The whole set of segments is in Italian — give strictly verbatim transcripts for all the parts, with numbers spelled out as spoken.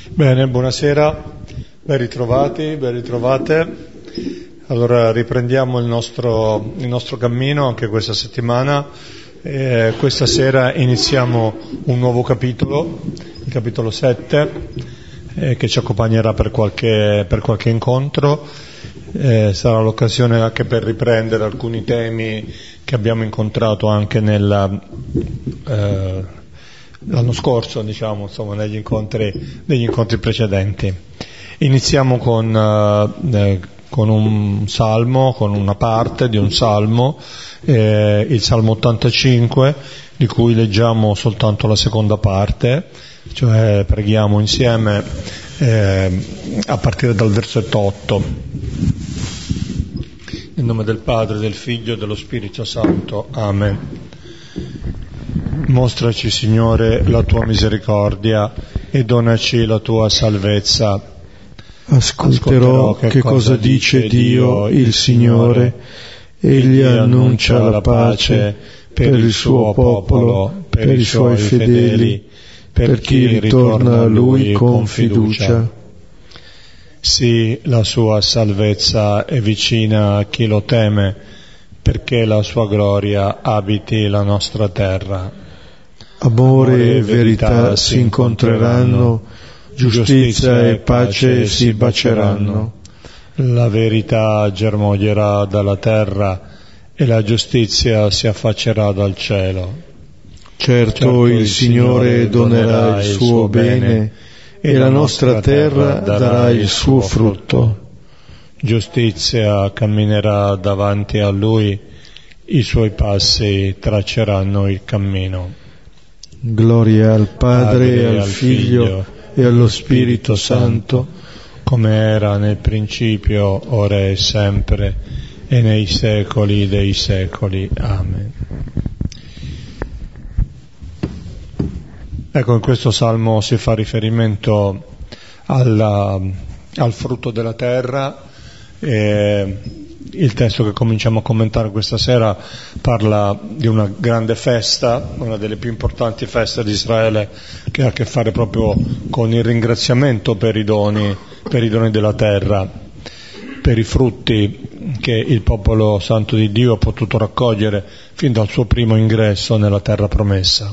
Bene, buonasera, ben ritrovati, ben ritrovate. Allora riprendiamo il nostro, il nostro cammino anche questa settimana. Eh, questa sera iniziamo un nuovo capitolo, il capitolo sette, eh, che ci accompagnerà per qualche, per qualche incontro. Eh, sarà l'occasione anche per riprendere alcuni temi che abbiamo incontrato anche nella, eh, l'anno scorso, diciamo, insomma, negli incontri, negli incontri precedenti. Iniziamo con, eh, con un salmo, con una parte di un salmo, eh, il Salmo ottantacinque, di cui leggiamo soltanto la seconda parte, cioè preghiamo insieme eh, a partire dal versetto otto. Nel nome del Padre, del Figlio e dello Spirito Santo. Amen. Mostraci, Signore, la tua misericordia e donaci la tua salvezza. Ascolterò che cosa dice Dio, il Signore. Egli annuncia la pace per il suo popolo, per i suoi fedeli, per chi ritorna a Lui con fiducia. Sì, la sua salvezza è vicina a chi lo teme, perché la sua gloria abiti la nostra terra. Amore e verità si incontreranno, giustizia e pace si baceranno. La verità germoglierà dalla terra e la giustizia si affaccerà dal cielo. Certo, certo il Signore donerà il suo bene e la nostra terra darà il suo frutto. Giustizia camminerà davanti a Lui, i suoi passi tracceranno il cammino. Gloria al Padre, e al Figlio e allo Spirito Santo, come era nel principio, ora e sempre, e nei secoli dei secoli. Amen. Ecco, in questo salmo si fa riferimento alla, al frutto della terra. E il testo che cominciamo a commentare questa sera parla di una grande festa, una delle più importanti feste di Israele, che ha a che fare proprio con il ringraziamento per i doni, per i doni della terra, per i frutti che il popolo santo di Dio ha potuto raccogliere fin dal suo primo ingresso nella terra promessa.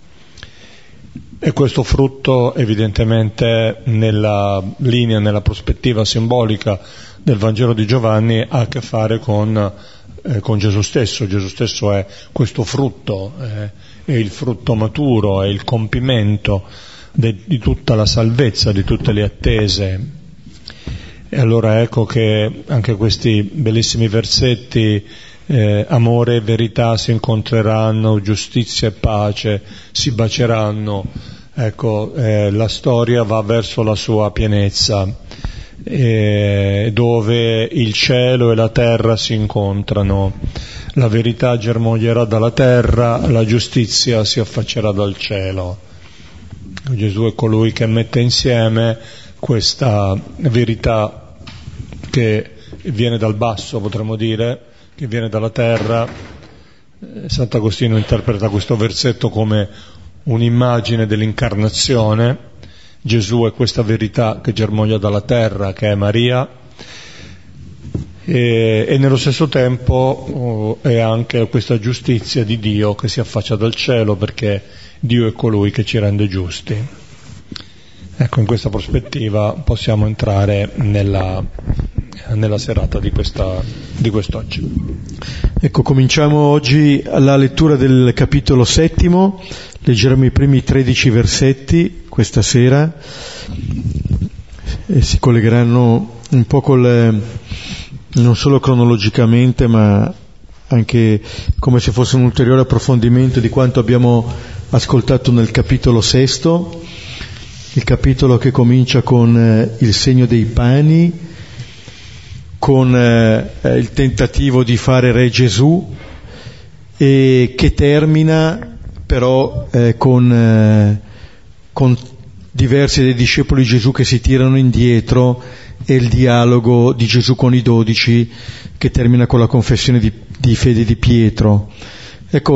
E questo frutto, evidentemente, nella linea, nella prospettiva simbolica del Vangelo di Giovanni, ha a che fare con, eh, con Gesù stesso. Gesù stesso è questo frutto, eh, è il frutto maturo, è il compimento de, di tutta la salvezza, di tutte le attese. E allora ecco che anche questi bellissimi versetti, eh, amore e verità si incontreranno, giustizia e pace si baceranno. Ecco, eh, la storia va verso la sua pienezza, eh, dove il cielo e la terra si incontrano. La verità germoglierà dalla terra, la giustizia si affaccerà dal cielo. Gesù è colui che mette insieme questa verità che viene dal basso, potremmo dire, che viene dalla terra. Sant'Agostino interpreta questo versetto come un'immagine dell'incarnazione. Gesù è questa verità che germoglia dalla terra, che è Maria, e, e nello stesso tempo oh, è anche questa giustizia di Dio che si affaccia dal cielo, perché Dio è colui che ci rende giusti. Ecco, in questa prospettiva possiamo entrare nella, nella serata di, questa, di quest'oggi. Ecco, cominciamo oggi la lettura del capitolo settimo. Leggeremo i primi tredici versetti questa sera e si collegheranno un po' col, non solo cronologicamente, ma anche come se fosse un ulteriore approfondimento di quanto abbiamo ascoltato nel capitolo sesto, il capitolo che comincia con eh, il segno dei pani, con eh, il tentativo di fare re Gesù, e che termina però eh, con, eh, con diversi dei discepoli di Gesù che si tirano indietro, e il dialogo di Gesù con i dodici che termina con la confessione di, di fede di Pietro. Ecco,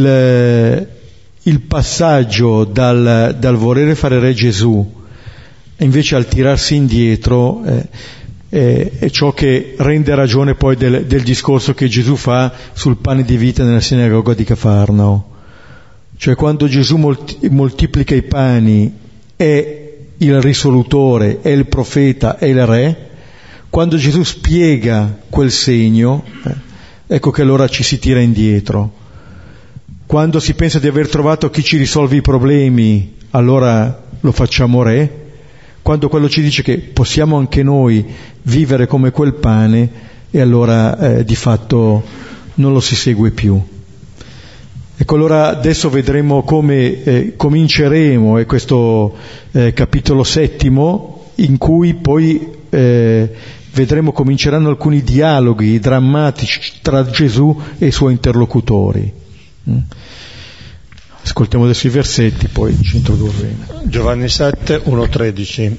il, il passaggio dal, dal volere fare re Gesù E invece al tirarsi indietro eh, eh, è ciò che rende ragione poi del, del discorso che Gesù fa sul pane di vita nella sinagoga di Cafarnao. Cioè quando Gesù molti, moltiplica i pani è il risolutore, è il profeta, è il re. Quando Gesù spiega quel segno, eh, ecco che allora ci si tira indietro. Quando si pensa di aver trovato chi ci risolve i problemi, allora lo facciamo re. Quando quello ci dice che possiamo anche noi vivere come quel pane, e allora eh, di fatto non lo si segue più. Ecco, allora adesso vedremo come eh, cominceremo eh, questo eh, capitolo settimo, in cui poi eh, vedremo cominceranno alcuni dialoghi drammatici tra Gesù e i suoi interlocutori. Mm. Ascoltiamo adesso i versetti, poi ci introdurremo. Giovanni sette, uno tredici.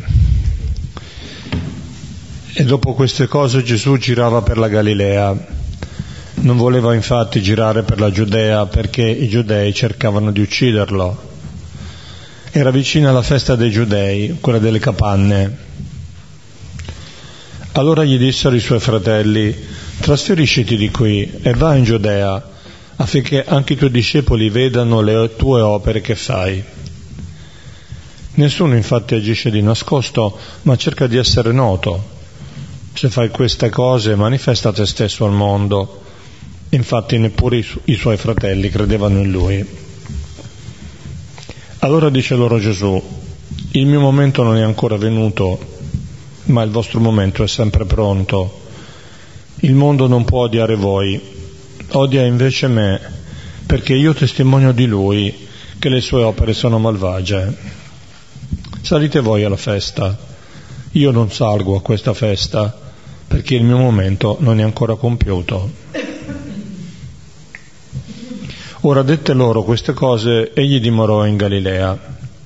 E dopo queste cose Gesù girava per la Galilea. Non voleva infatti girare per la Giudea, perché i giudei cercavano di ucciderlo. Era vicina la festa dei giudei, quella delle capanne. Allora gli dissero i suoi fratelli: trasferisciti di qui e va in Giudea, affinché anche i tuoi discepoli vedano le tue opere che fai. Nessuno infatti agisce di nascosto, ma cerca di essere noto. Se fai queste cose, manifesta te stesso al mondo. Infatti neppure i, su- i suoi fratelli credevano in lui. Allora dice loro Gesù: il mio momento non è ancora venuto, ma il vostro momento è sempre pronto. Il mondo non può odiare voi, odia invece me, perché io testimonio di lui che le sue opere sono malvagie. Salite voi alla festa, io non salgo a questa festa, perché il mio momento non è ancora compiuto. Ora dette loro queste cose, egli dimorò in Galilea.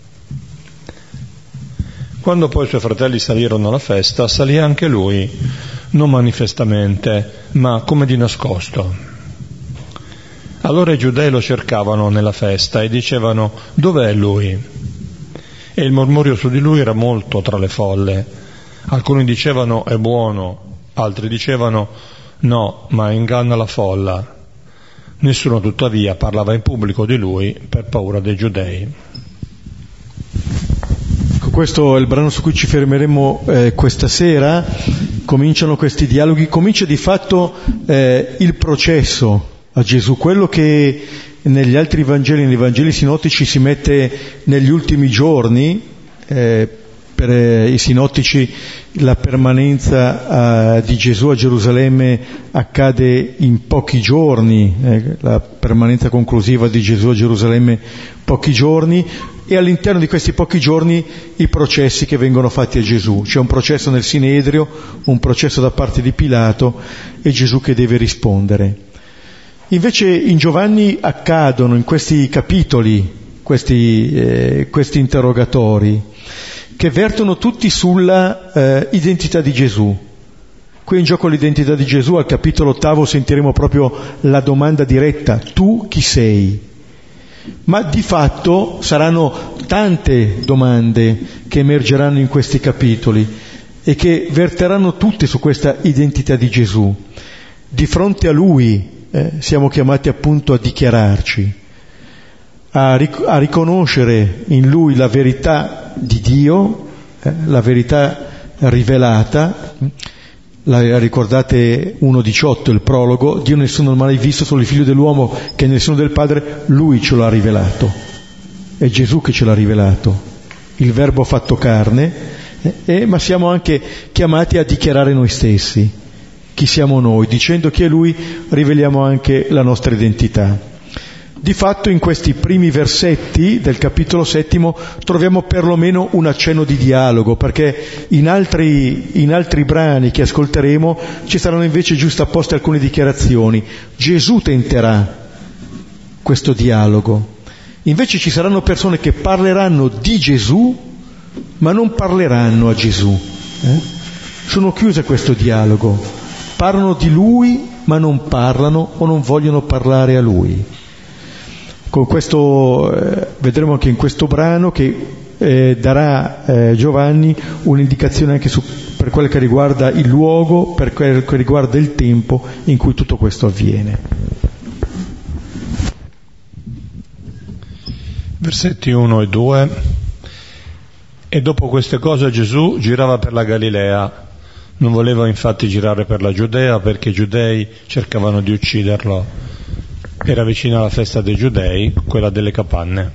Quando poi i suoi fratelli salirono alla festa, salì anche lui, non manifestamente, ma come di nascosto. Allora i giudei lo cercavano nella festa e dicevano: dov'è lui? E il mormorio su di lui era molto tra le folle. Alcuni dicevano: è buono, altri dicevano: no, ma inganna la folla. Nessuno tuttavia parlava in pubblico di lui per paura dei giudei. Questo è il brano su cui ci fermeremo eh, questa sera. Cominciano questi dialoghi, comincia di fatto eh, il processo a Gesù, quello che negli altri Vangeli, nei Vangeli sinottici si mette negli ultimi giorni. Eh, per eh, i sinottici la permanenza eh, di Gesù a Gerusalemme accade in pochi giorni, eh, la permanenza conclusiva di Gesù a Gerusalemme pochi giorni, e all'interno di questi pochi giorni i processi che vengono fatti a Gesù. C'è un processo nel Sinedrio, un processo da parte di Pilato e Gesù che deve rispondere. Invece in Giovanni accadono in questi capitoli, questi, eh, questi interrogatori, che vertono tutti sulla eh, identità di Gesù. Qui è in gioco l'identità di Gesù. Al capitolo ottavo sentiremo proprio la domanda diretta: tu chi sei? Ma di fatto saranno tante domande che emergeranno in questi capitoli e che verteranno tutte su questa identità di Gesù. Di fronte a Lui eh, siamo chiamati appunto a dichiararci, a, ric- a riconoscere in Lui la verità di Dio, eh, la verità rivelata. La ricordate uno diciotto, il prologo: Dio nessuno ha mai visto, solo il figlio dell'uomo che è nel seno del Padre, lui ce l'ha rivelato, è Gesù che ce l'ha rivelato, il verbo fatto carne, eh, eh, ma siamo anche chiamati a dichiarare noi stessi chi siamo noi, dicendo chi è lui riveliamo anche la nostra identità. Di fatto in questi primi versetti del capitolo settimo troviamo perlomeno un accenno di dialogo, perché in altri, in altri brani che ascolteremo ci saranno invece giustapposte alcune dichiarazioni. Gesù tenterà questo dialogo. Invece ci saranno persone che parleranno di Gesù, ma non parleranno a Gesù. Eh? Sono chiuse a questo dialogo. Parlano di Lui, ma non parlano o non vogliono parlare a Lui. Con questo eh, vedremo anche in questo brano che eh, darà eh, Giovanni un'indicazione anche su, per quello che riguarda il luogo, per quello che riguarda il tempo in cui tutto questo avviene. Versetti uno e due. E dopo queste cose Gesù girava per la Galilea. Non voleva infatti girare per la Giudea, perché i giudei cercavano di ucciderlo. Era vicina alla festa dei giudei, quella delle capanne.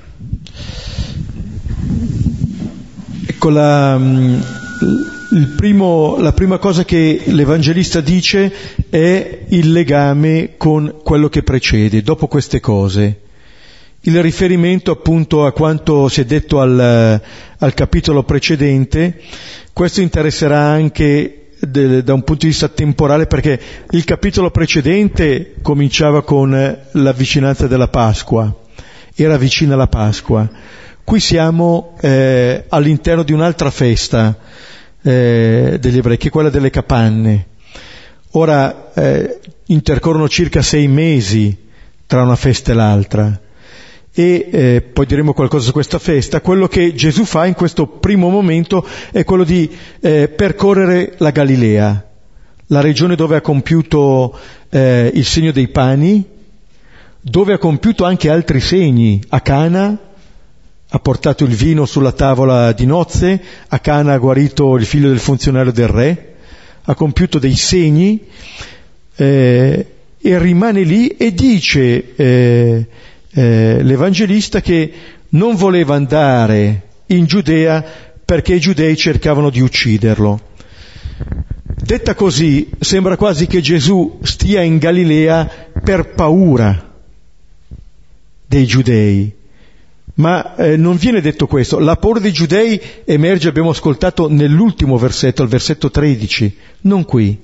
Ecco, la, il primo, la prima cosa che l'Evangelista dice è il legame con quello che precede, dopo queste cose. Il riferimento appunto a quanto si è detto al, al capitolo precedente. Questo interesserà anche de, da un punto di vista temporale, perché il capitolo precedente cominciava con la vicinanza della Pasqua, era vicina la Pasqua. Qui siamo eh, all'interno di un'altra festa eh, degli ebrei, che è quella delle capanne. Ora eh, intercorrono circa sei mesi tra una festa e l'altra. E eh, poi diremo qualcosa su questa festa. Quello che Gesù fa in questo primo momento è quello di eh, percorrere la Galilea, la regione dove ha compiuto eh, il segno dei pani, dove ha compiuto anche altri segni. A Cana ha portato il vino sulla tavola di nozze, a Cana ha guarito il figlio del funzionario del re, ha compiuto dei segni eh, e rimane lì e dice eh, Eh, l'Evangelista che non voleva andare in Giudea perché i giudei cercavano di ucciderlo. Detta così, sembra quasi che Gesù stia in Galilea per paura dei giudei, ma eh, non viene detto questo. La paura dei giudei emerge, abbiamo ascoltato, nell'ultimo versetto, al versetto tredici, non qui.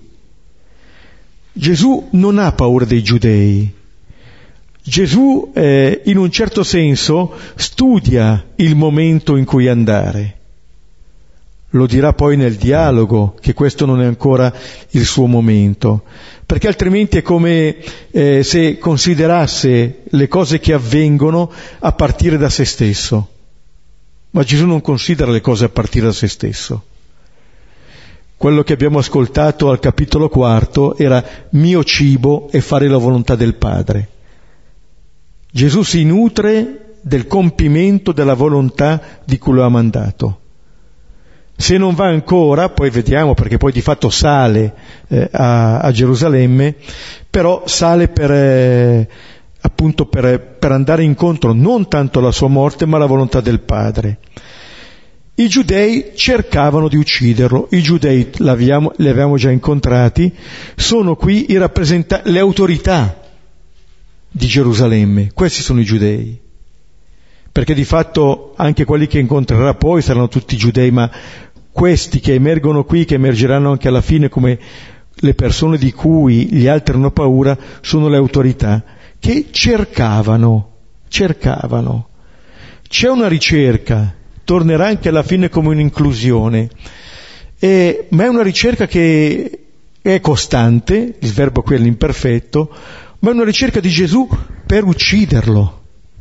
Gesù non ha paura dei giudei. Gesù eh, in un certo senso studia il momento in cui andare. Lo dirà poi nel dialogo che questo non è ancora il suo momento, perché altrimenti è come eh, se considerasse le cose che avvengono a partire da se stesso. Ma Gesù non considera le cose a partire da se stesso. Quello che abbiamo ascoltato al capitolo quarto era mio cibo e fare la volontà del Padre. Gesù si nutre del compimento della volontà di cui lo ha mandato. Se non va ancora, poi vediamo, perché poi di fatto sale eh, a, a Gerusalemme, però sale per, eh, appunto per, per andare incontro non tanto alla sua morte, ma alla volontà del Padre. I giudei cercavano di ucciderlo, i giudei, l'abbiamo, li avevamo già incontrati, sono qui i rappresentanti, le autorità di Gerusalemme. Questi sono i giudei, perché di fatto anche quelli che incontrerà poi saranno tutti giudei, ma questi che emergono qui, che emergeranno anche alla fine come le persone di cui gli altri hanno paura, sono le autorità che cercavano, cercavano. C'è una ricerca, tornerà anche alla fine come un'inclusione, e, ma è una ricerca che è costante, il verbo qui è l'imperfetto, ma è una ricerca di Gesù per ucciderlo.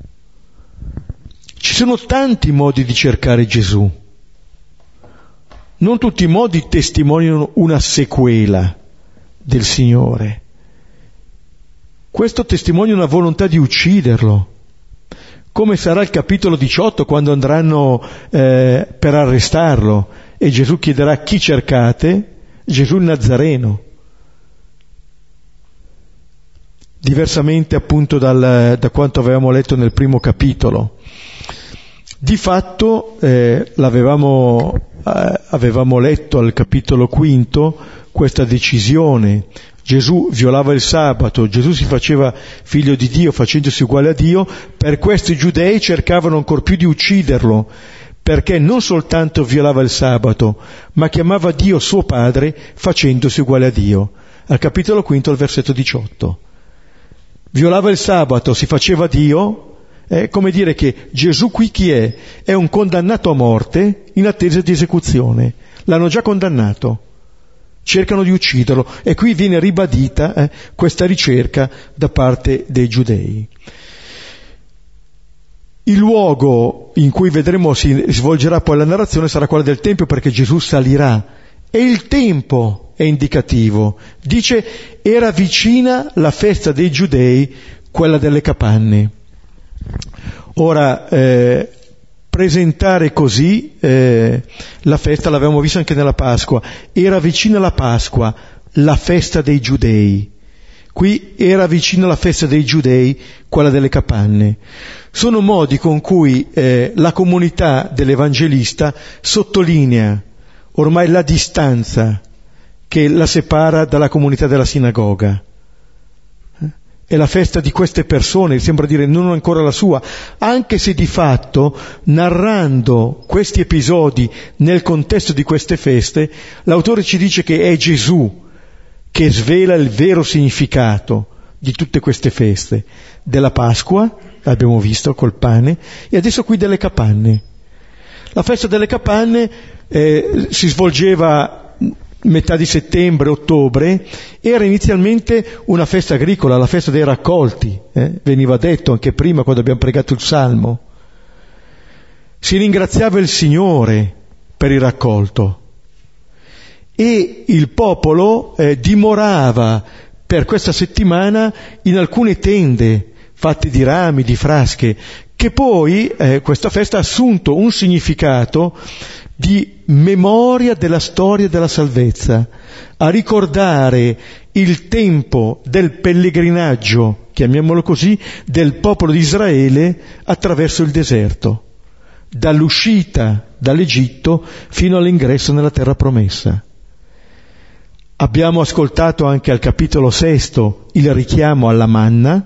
Ci sono tanti modi di cercare Gesù. Non tutti i modi testimoniano una sequela del Signore. Questo testimonia una volontà di ucciderlo. Come sarà il capitolo diciotto, quando andranno eh, per arrestarlo e Gesù chiederà chi cercate? Gesù il Nazareno. Diversamente appunto dal, da quanto avevamo letto nel primo capitolo. Di fatto eh, l'avevamo eh, avevamo letto al capitolo quinto questa decisione. Gesù violava il sabato, Gesù si faceva figlio di Dio facendosi uguale a Dio, per questo i giudei cercavano ancor più di ucciderlo, perché non soltanto violava il sabato, ma chiamava Dio suo Padre facendosi uguale a Dio. Al capitolo quinto, al versetto diciotto. Violava il sabato, si faceva Dio. È come dire che Gesù qui chi è? È un condannato a morte in attesa di esecuzione. L'hanno già condannato. Cercano di ucciderlo. E qui viene ribadita eh, questa ricerca da parte dei giudei. Il luogo in cui vedremo si svolgerà poi la narrazione sarà quello del Tempio, perché Gesù salirà. E il tempo è indicativo. Dice, era vicina la festa dei Giudei, quella delle capanne. Ora, eh, presentare così eh, la festa, l'avevamo visto anche nella Pasqua, era vicina la Pasqua, la festa dei Giudei. Qui era vicina la festa dei Giudei, quella delle capanne. Sono modi con cui eh, la comunità dell'Evangelista sottolinea ormai la distanza che la separa dalla comunità della sinagoga. È la festa di queste persone, sembra dire non ancora la sua, anche se di fatto, narrando questi episodi nel contesto di queste feste, l'autore ci dice che è Gesù che svela il vero significato di tutte queste feste, della Pasqua, l'abbiamo visto col pane, e adesso qui delle capanne. La festa delle capanne eh, si svolgeva metà di settembre, ottobre, era inizialmente una festa agricola, la festa dei raccolti, eh? Veniva detto anche prima quando abbiamo pregato il Salmo. Si ringraziava il Signore per il raccolto e il popolo eh, dimorava per questa settimana in alcune tende fatte di rami, di frasche, che poi eh, questa festa ha assunto un significato di memoria della storia della salvezza, a ricordare il tempo del pellegrinaggio, chiamiamolo così, del popolo di Israele attraverso il deserto, dall'uscita dall'Egitto fino all'ingresso nella terra promessa. Abbiamo ascoltato anche al capitolo sesto il richiamo alla manna,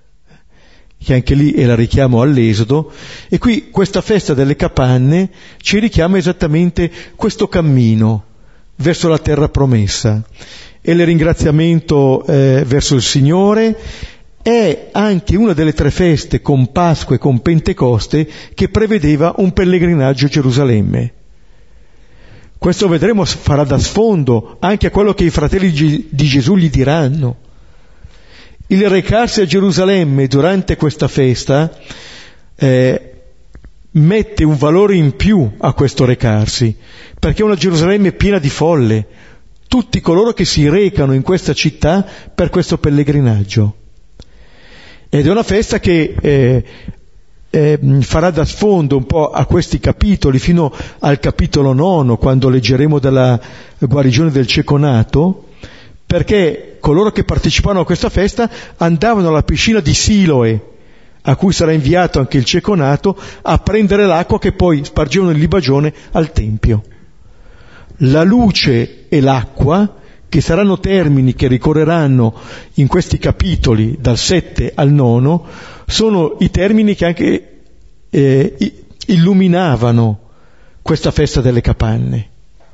che anche lì è il richiamo all'Esodo, e qui questa festa delle capanne ci richiama esattamente questo cammino verso la terra promessa. E il ringraziamento eh, verso il Signore è anche una delle tre feste, con Pasqua e con Pentecoste, che prevedeva un pellegrinaggio a Gerusalemme. Questo vedremo farà da sfondo anche a quello che i fratelli di Gesù gli diranno. Il recarsi a Gerusalemme durante questa festa eh, mette un valore in più a questo recarsi, perché è una Gerusalemme piena di folle, tutti coloro che si recano in questa città per questo pellegrinaggio. Ed è una festa che eh, eh, farà da sfondo un po' a questi capitoli, fino al capitolo nono, quando leggeremo della guarigione del cieco nato, perché coloro che partecipavano a questa festa andavano alla piscina di Siloe, a cui sarà inviato anche il cieco nato, a prendere l'acqua che poi spargevano il libagione al Tempio. La luce e l'acqua, che saranno termini che ricorreranno in questi capitoli dal sette al nono, sono i termini che anche eh, illuminavano questa festa delle capanne.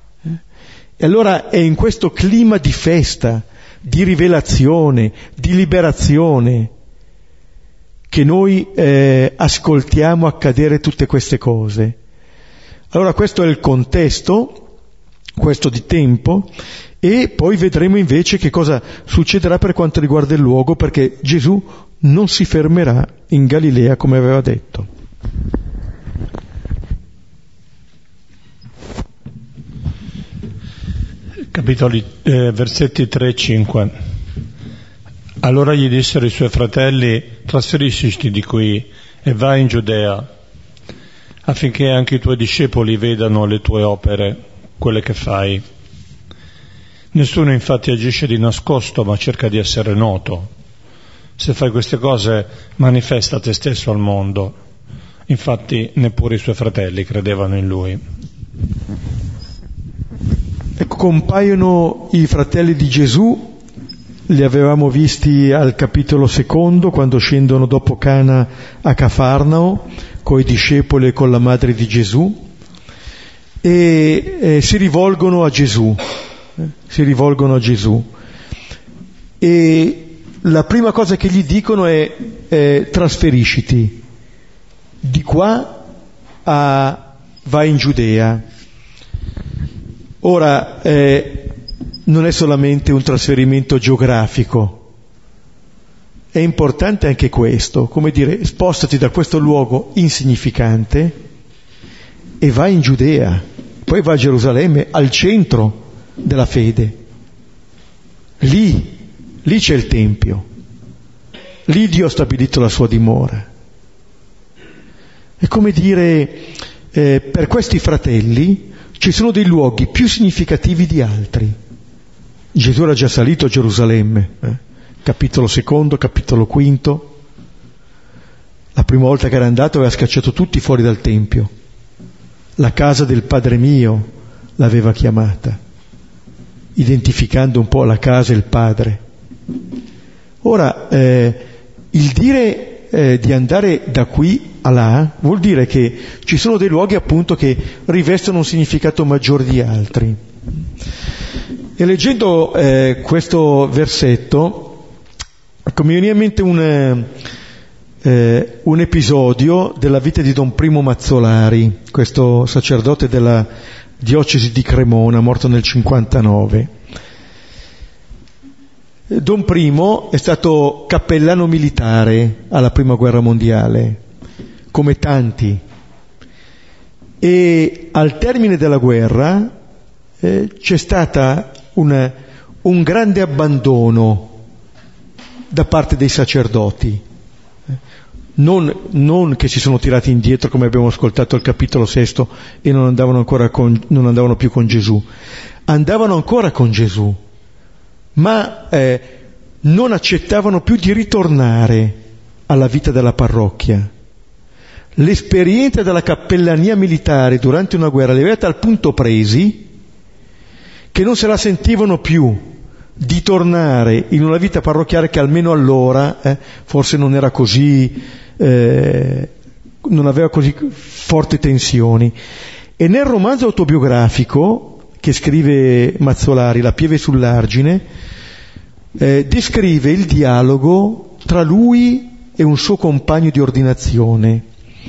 E allora è in questo clima di festa, di rivelazione, di liberazione, che noi eh, ascoltiamo accadere tutte queste cose. Allora questo è il contesto, questo di tempo, e poi vedremo invece che cosa succederà per quanto riguarda il luogo, perché Gesù non si fermerà in Galilea come aveva detto. Capitoli, eh, versetti tre e cinque. Allora gli dissero i suoi fratelli: trasferisciti di qui e vai in Giudea, affinché anche i tuoi discepoli vedano le tue opere, quelle che fai. Nessuno infatti agisce di nascosto, ma cerca di essere noto. Se fai queste cose, manifesta te stesso al mondo. Infatti neppure i suoi fratelli credevano in lui. Ecco, compaiono i fratelli di Gesù, li avevamo visti al capitolo secondo, quando scendono dopo Cana a Cafarnao, coi discepoli e con la madre di Gesù, e eh, si rivolgono a Gesù, eh, si rivolgono a Gesù. E la prima cosa che gli dicono è eh, trasferisciti, di qua a vai in Giudea. Ora, eh, non è solamente un trasferimento geografico, è importante anche questo, come dire, spostati da questo luogo insignificante e vai in Giudea, poi vai a Gerusalemme, al centro della fede. Lì, lì c'è il Tempio, lì Dio ha stabilito la sua dimora. È come dire, eh, per questi fratelli ci sono dei luoghi più significativi di altri. Gesù era già salito a Gerusalemme, eh? capitolo secondo, capitolo quinto. La prima volta che era andato aveva scacciato tutti fuori dal Tempio. La casa del Padre mio l'aveva chiamata, identificando un po' la casa e il Padre. Ora, eh, il dire eh, di andare da qui a là vuol dire che ci sono dei luoghi appunto che rivestono un significato maggiore di altri. E leggendo eh, questo versetto mi viene in mente un, eh, un episodio della vita di Don Primo Mazzolari, questo sacerdote della diocesi di Cremona, morto nel cinquantanove. Don Primo è stato cappellano militare alla Prima Guerra Mondiale, come tanti, e al termine della guerra eh, c'è stata una, un grande abbandono da parte dei sacerdoti, non, non che si sono tirati indietro come abbiamo ascoltato al capitolo sesto e non andavano ancora con, non andavano più con Gesù, andavano ancora con Gesù, ma eh, non accettavano più di ritornare alla vita della parrocchia. L'esperienza della cappellania militare durante una guerra li aveva a tal punto presi che non se la sentivano più di tornare in una vita parrocchiale che almeno allora eh, forse non era così, eh, non aveva così forti tensioni. E nel romanzo autobiografico che scrive Mazzolari, La pieve sull'argine, eh, descrive il dialogo tra lui e un suo compagno di ordinazione.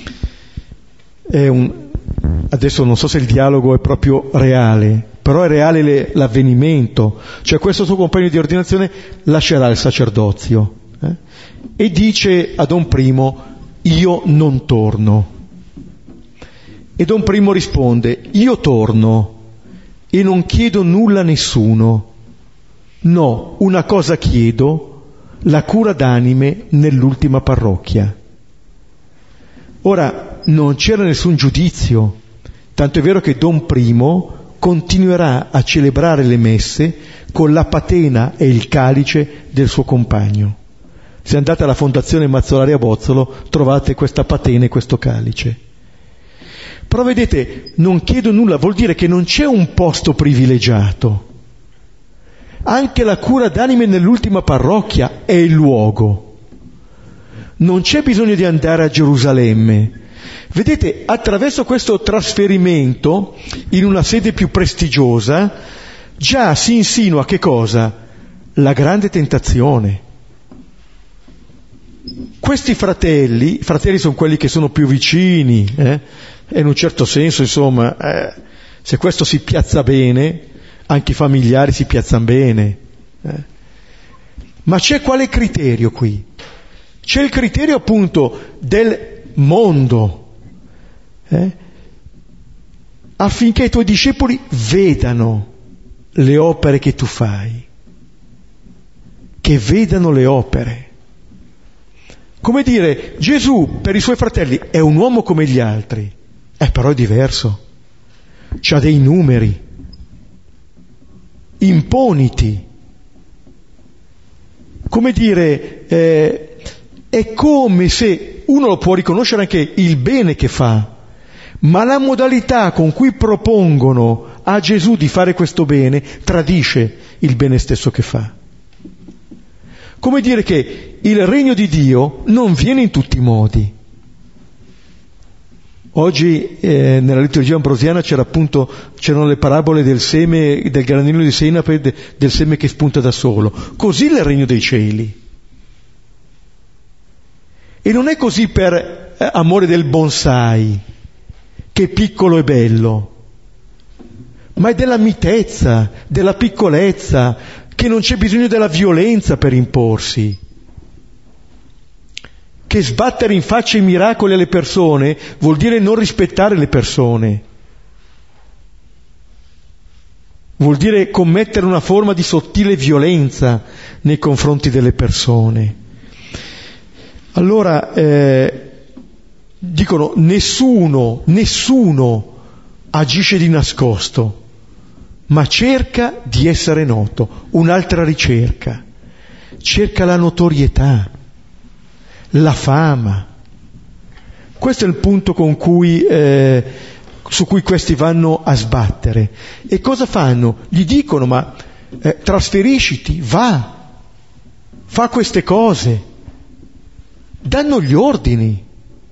È un, adesso non so se il dialogo è proprio reale, però è reale le, l'avvenimento, cioè questo suo compagno di ordinazione lascerà il sacerdozio eh? e dice a Don Primo: io non torno. E Don Primo risponde: io torno e non chiedo nulla a nessuno, no, una cosa chiedo, la cura d'anime nell'ultima parrocchia. Ora, non c'era nessun giudizio, tanto è vero che Don Primo continuerà a celebrare le messe con la patena e il calice del suo compagno. Se andate alla Fondazione Mazzolari a Bozzolo trovate questa patena e questo calice. Però vedete, non chiedo nulla, vuol dire che non c'è un posto privilegiato. Anche la cura d'anime nell'ultima parrocchia è il luogo. Non c'è bisogno di andare a Gerusalemme. Vedete, attraverso questo trasferimento in una sede più prestigiosa già si insinua che cosa? La grande tentazione. Questi fratelli, i fratelli sono quelli che sono più vicini, eh? E in un certo senso, insomma, eh, se questo si piazza bene, anche i familiari si piazzano bene. Eh? Ma c'è quale criterio qui? C'è il criterio appunto del mondo, eh? affinché i tuoi discepoli vedano le opere che tu fai, che vedano le opere. Come dire, Gesù per i suoi fratelli è un uomo come gli altri, eh, però è diverso, c'ha dei numeri, imponiti, come dire, eh, è come se uno lo può riconoscere anche il bene che fa, ma la modalità con cui propongono a Gesù di fare questo bene tradisce il bene stesso che fa. Come dire che il regno di Dio non viene in tutti i modi. Oggi eh, nella liturgia ambrosiana c'era appunto, c'erano le parabole del seme, del granello di senape, de, del seme che spunta da solo. Così è il regno dei cieli. E non è così per eh, amore del bonsai, che è piccolo e bello, ma è della mitezza, della piccolezza, che non c'è bisogno della violenza per imporsi. che sbattere in faccia i miracoli alle persone vuol dire non rispettare le persone. Vuol dire commettere una forma di sottile violenza nei confronti delle persone. Allora, eh, dicono, nessuno, nessuno agisce di nascosto, ma cerca di essere noto. Un'altra ricerca. Cerca la notorietà, la fama. Questo è il punto con cui... Eh, su cui questi vanno a sbattere. E cosa fanno? Gli dicono, ma eh, trasferisciti, va, fa queste cose. Danno gli ordini.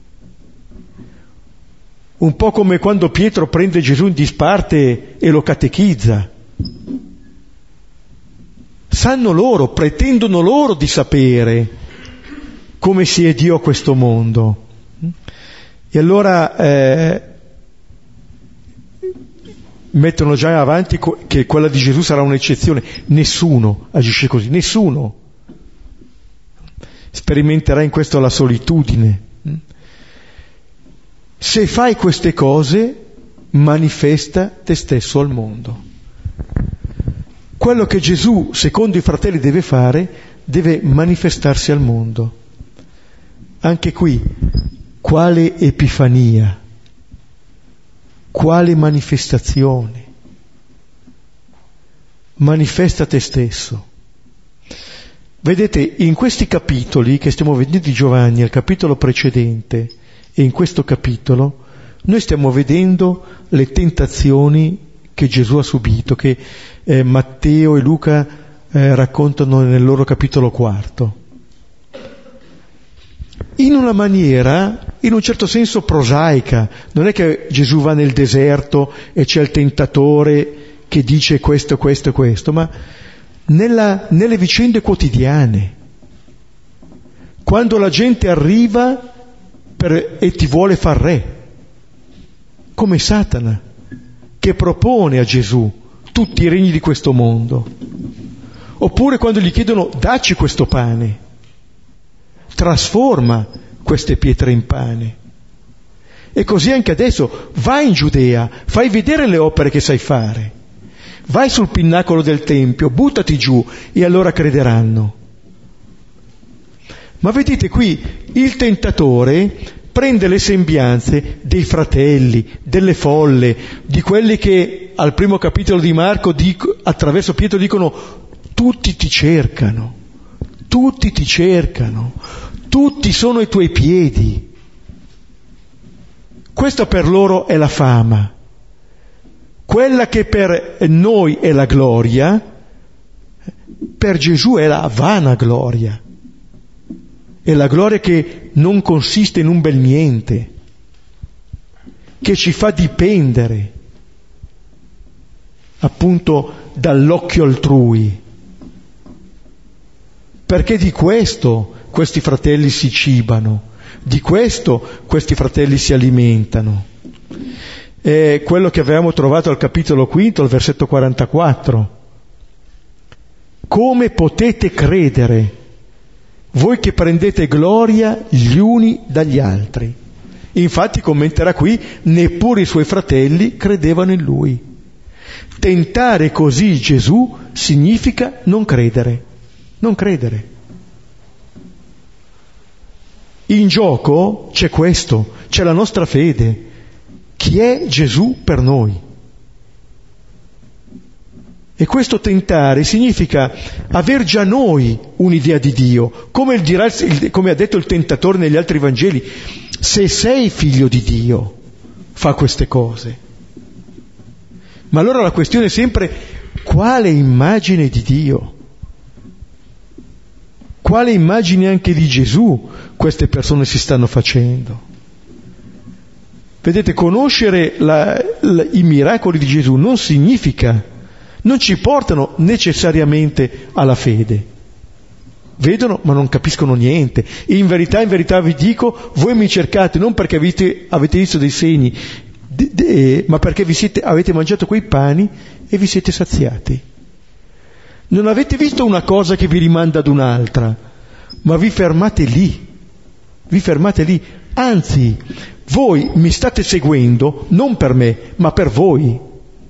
Un po' come quando Pietro prende Gesù in disparte e lo catechizza. Sanno loro, pretendono loro di sapere come si è Dio a questo mondo. E allora... Eh, mettono già avanti che quella di Gesù sarà un'eccezione. Nessuno agisce così, nessuno sperimenterà in questo la solitudine. Se fai queste cose, manifesta te stesso al mondo. Quello che Gesù, secondo i fratelli, deve fare, deve manifestarsi al mondo. Anche qui, quale epifania? Quale manifestazione? Manifesta te stesso. Vedete, in questi capitoli che stiamo vedendo di Giovanni, al capitolo precedente e in questo capitolo, noi stiamo vedendo le tentazioni che Gesù ha subito, che eh, Matteo e Luca eh, raccontano nel loro capitolo quarto. In una maniera, in un certo senso prosaica. Non è che Gesù va nel deserto e c'è il tentatore che dice questo, questo e questo, ma nella, nelle vicende quotidiane. Quando la gente arriva per, e ti vuole far re, come Satana, che propone a Gesù tutti i regni di questo mondo. Oppure quando gli chiedono dacci questo pane, trasforma queste pietre in pane. E così anche adesso, vai in Giudea, fai vedere le opere che sai fare, vai sul pinnacolo del Tempio, buttati giù e allora crederanno. Ma vedete qui, il tentatore prende le sembianze dei fratelli, delle folle, di quelli che al primo capitolo di Marco dico, attraverso Pietro dicono tutti ti cercano, tutti ti cercano, tutti sono ai tuoi piedi. Questa per loro è la fama. Quella che per noi è la gloria, per Gesù è la vana gloria. È la gloria che non consiste in un bel niente, che ci fa dipendere appunto dall'occhio altrui. Perché di questo questi fratelli si cibano, di questo questi fratelli si alimentano. È quello che avevamo trovato al capitolo quinto, al versetto quarantaquattro. Come potete credere, voi che prendete gloria gli uni dagli altri? Infatti commenterà qui, neppure i suoi fratelli credevano in lui. Tentare così Gesù significa non credere, non credere. In gioco c'è questo, c'è la nostra fede. Chi è Gesù per noi? E questo tentare significa aver già noi un'idea di Dio, come, il dirà, come ha detto il tentatore negli altri Vangeli, se sei figlio di Dio, fa queste cose. Ma allora la questione è sempre quale immagine di Dio? Quale immagine anche di Gesù queste persone si stanno facendo? Vedete, conoscere la, la, i miracoli di Gesù non significa, non ci portano necessariamente alla fede. Vedono ma non capiscono niente. E in verità, in verità vi dico, voi mi cercate non perché avete, avete visto dei segni, de, de, ma perché vi siete, avete mangiato quei pani e vi siete saziati. Non avete visto una cosa che vi rimanda ad un'altra, ma vi fermate lì. Vi fermate lì. Anzi, voi mi state seguendo non per me, ma per voi.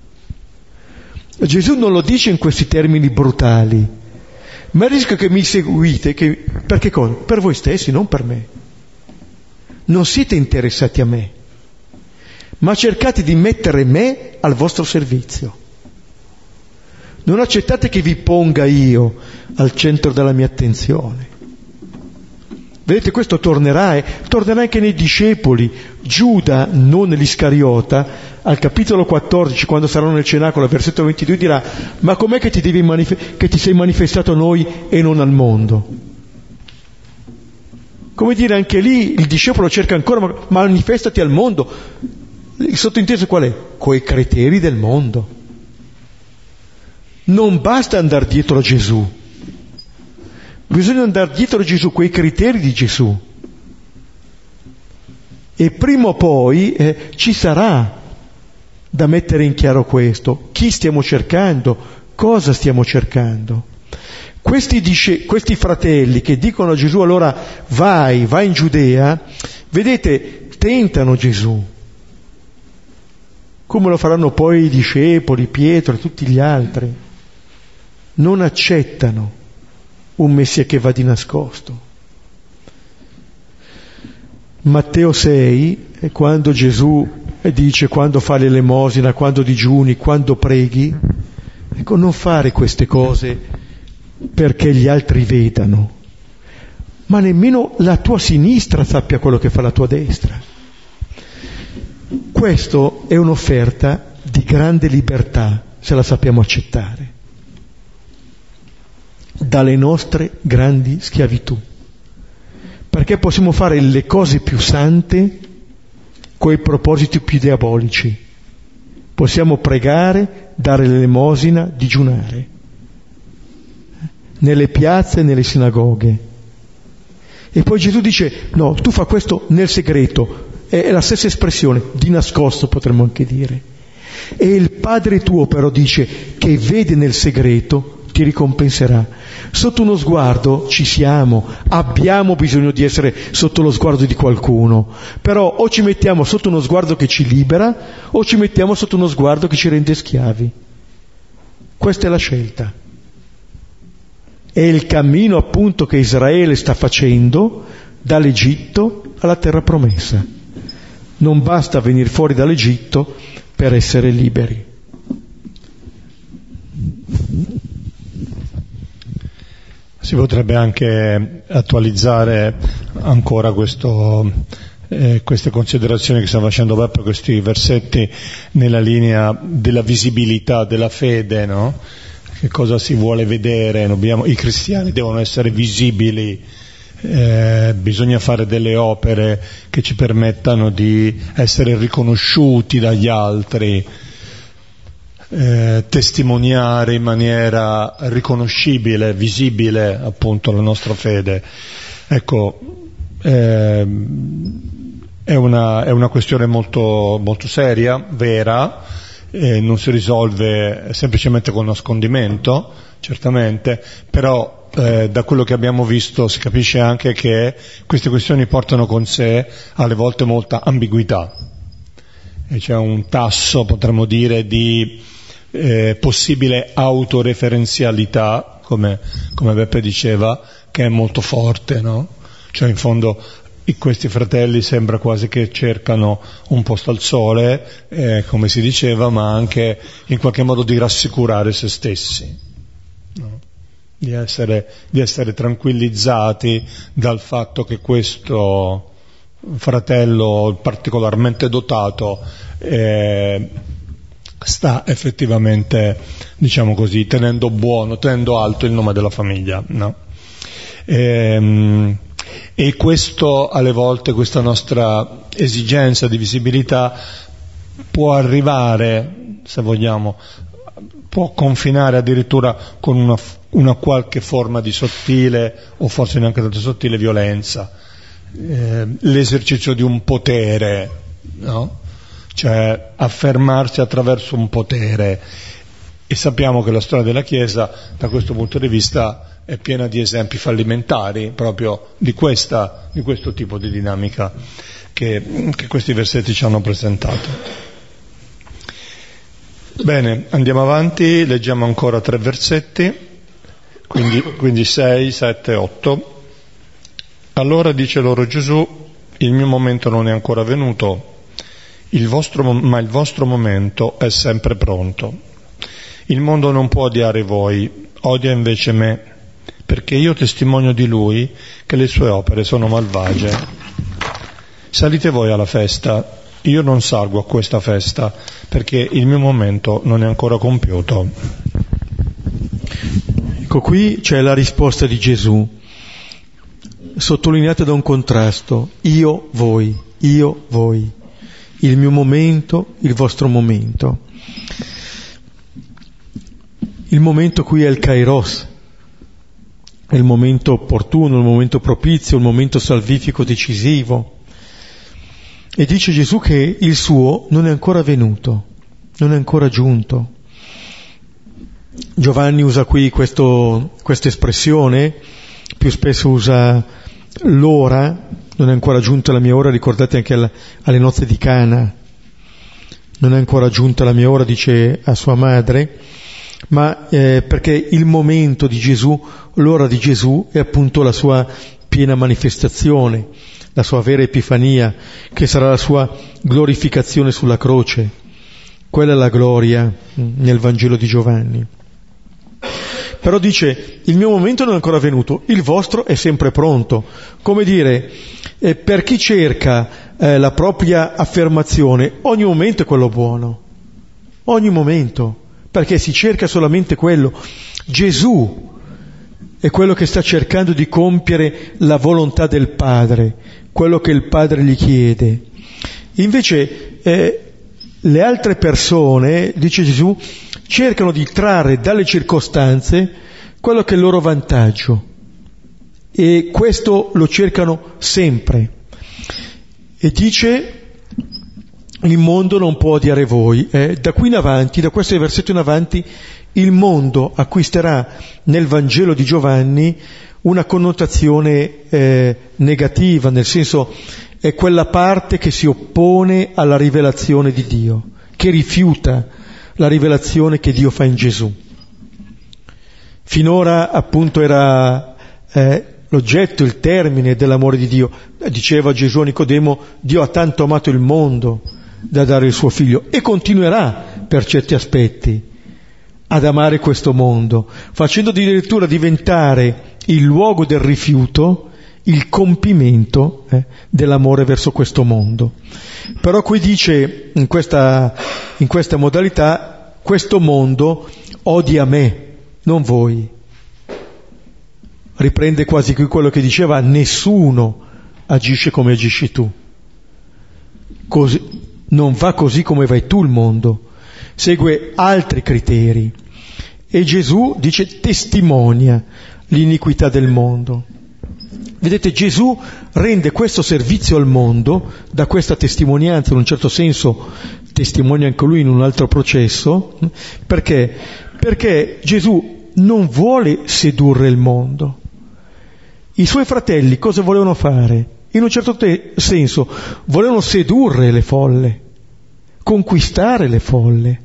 Gesù non lo dice in questi termini brutali, ma rischio che mi seguite, che, perché cosa? Per voi stessi, non per me. Non siete interessati a me, ma cercate di mettere me al vostro servizio. Non accettate che vi ponga io al centro della mia attenzione. Vedete, questo tornerà, eh? tornerà anche nei discepoli. Giuda, non l'Iscariota, al capitolo quattordici, quando saranno nel cenacolo, al versetto ventidue, dirà: ma com'è che ti, devi manif- che ti sei manifestato a noi e non al mondo? Come dire, anche lì il discepolo cerca ancora, ma manifestati al mondo. Il sottinteso qual è? Coi criteri del mondo. Non basta andare dietro a Gesù, bisogna andare dietro a Gesù, quei criteri di Gesù. E prima o poi eh, ci sarà da mettere in chiaro questo. Chi stiamo cercando? Cosa stiamo cercando? Questi, disce- questi fratelli che dicono a Gesù allora vai, vai in Giudea, vedete, tentano Gesù. Come lo faranno poi i discepoli, Pietro e tutti gli altri. Non accettano un Messia che va di nascosto. Matteo sei, quando Gesù dice quando fa l'elemosina, quando digiuni, quando preghi, ecco, non fare queste cose perché gli altri vedano, ma nemmeno la tua sinistra sappia quello che fa la tua destra. Questo è un'offerta di grande libertà, se la sappiamo accettare, dalle nostre grandi schiavitù, perché possiamo fare le cose più sante coi propositi più diabolici. Possiamo pregare, dare l'elemosina, digiunare nelle piazze e nelle sinagoghe, e poi Gesù dice no, tu fa questo nel segreto. È la stessa espressione, di nascosto potremmo anche dire. E il Padre tuo però dice che vede nel segreto ti ricompenserà. Sotto uno sguardo ci siamo, abbiamo bisogno di essere sotto lo sguardo di qualcuno, però o ci mettiamo sotto uno sguardo che ci libera o ci mettiamo sotto uno sguardo che ci rende schiavi. Questa è la scelta. È il cammino appunto che Israele sta facendo dall'Egitto alla terra promessa. Non basta venire fuori dall'Egitto per essere liberi. Si potrebbe anche attualizzare ancora questo, eh, queste considerazioni che stiamo facendo proprio questi versetti nella linea della visibilità della fede, no? Che cosa si vuole vedere? Dobbiamo, i cristiani devono essere visibili. Eh, bisogna fare delle opere che ci permettano di essere riconosciuti dagli altri, eh, testimoniare in maniera riconoscibile, visibile appunto la nostra fede. Ecco, eh, è una, è una questione molto, molto seria, vera, eh, non si risolve semplicemente con nascondimento, certamente, però Eh, da quello che abbiamo visto si capisce anche che queste questioni portano con sé alle volte molta ambiguità, e c'è un tasso, potremmo dire, di eh, possibile autoreferenzialità, come, come Beppe diceva, che è molto forte, no? Cioè in fondo questi fratelli sembra quasi che cercano un posto al sole, eh, come si diceva, ma anche in qualche modo di rassicurare se stessi, no? Di essere, di essere tranquillizzati dal fatto che questo fratello particolarmente dotato eh, sta effettivamente, diciamo così, tenendo buono, tenendo alto il nome della famiglia, no? E, e questo, alle volte, questa nostra esigenza di visibilità può arrivare, se vogliamo, può confinare addirittura con una, una qualche forma di sottile, o forse neanche tanto sottile, violenza, eh, l'esercizio di un potere, no? Cioè affermarsi attraverso un potere. E sappiamo che la storia della Chiesa da questo punto di vista è piena di esempi fallimentari proprio di questa, di questo tipo di dinamica che, che questi versetti ci hanno presentato. Bene, andiamo avanti, leggiamo ancora tre versetti, quindi, quindi sei, sette, otto. Allora dice loro Gesù: il mio momento non è ancora venuto, il vostro, ma il vostro momento è sempre pronto. Il mondo non può odiare voi, odia invece me, perché io testimonio di lui che le sue opere sono malvagie. Salite voi alla festa, io non salgo a questa festa, perché il mio momento non è ancora compiuto. Ecco, qui c'è la risposta di Gesù, sottolineata da un contrasto: io, voi, io, voi, il mio momento, il vostro momento. Il momento qui è il kairos, è il momento opportuno, il momento propizio, il momento salvifico decisivo. E dice Gesù che il suo non è ancora venuto, non è ancora giunto. Giovanni usa qui questo, questa espressione, più spesso usa l'ora, non è ancora giunta la mia ora, ricordate anche alla, alle nozze di Cana, non è ancora giunta la mia ora, dice a sua madre, ma eh, perché il momento di Gesù, l'ora di Gesù è appunto la sua piena manifestazione, la sua vera epifania, che sarà la sua glorificazione sulla croce. Quella è la gloria nel Vangelo di Giovanni. Però dice: il mio momento non è ancora venuto, il vostro è sempre pronto. Come dire, eh, per chi cerca eh, la propria affermazione, ogni momento è quello buono, ogni momento, perché si cerca solamente quello. Gesù è quello che sta cercando di compiere la volontà del Padre, quello che il Padre gli chiede. Invece eh, le altre persone, dice Gesù, cercano di trarre dalle circostanze quello che è il loro vantaggio, e questo lo cercano sempre. E dice: il mondo non può odiare voi. Eh, da qui in avanti, da questo versetto in avanti, il mondo acquisterà nel Vangelo di Giovanni una connotazione eh, negativa, nel senso è quella parte che si oppone alla rivelazione di Dio, che rifiuta la rivelazione che Dio fa in Gesù. Finora appunto era eh, l'oggetto, il termine dell'amore di Dio. Diceva Gesù a Nicodemo: Dio ha tanto amato il mondo da dare il suo figlio, e continuerà per certi aspetti ad amare questo mondo, facendo addirittura diventare il luogo del rifiuto il compimento eh, dell'amore verso questo mondo. Però qui dice, in questa, in questa modalità, questo mondo odia me, non voi. Riprende quasi qui quello che diceva: nessuno agisce come agisci tu. Così, non va così come vai tu il mondo, segue altri criteri. E Gesù dice: testimonia l'iniquità del mondo. Vedete, Gesù rende questo servizio al mondo, da questa testimonianza, in un certo senso testimonia anche lui in un altro processo. Perché? Perché Gesù non vuole sedurre il mondo. I suoi fratelli cosa volevano fare? In un certo te- senso volevano sedurre le folle, conquistare le folle.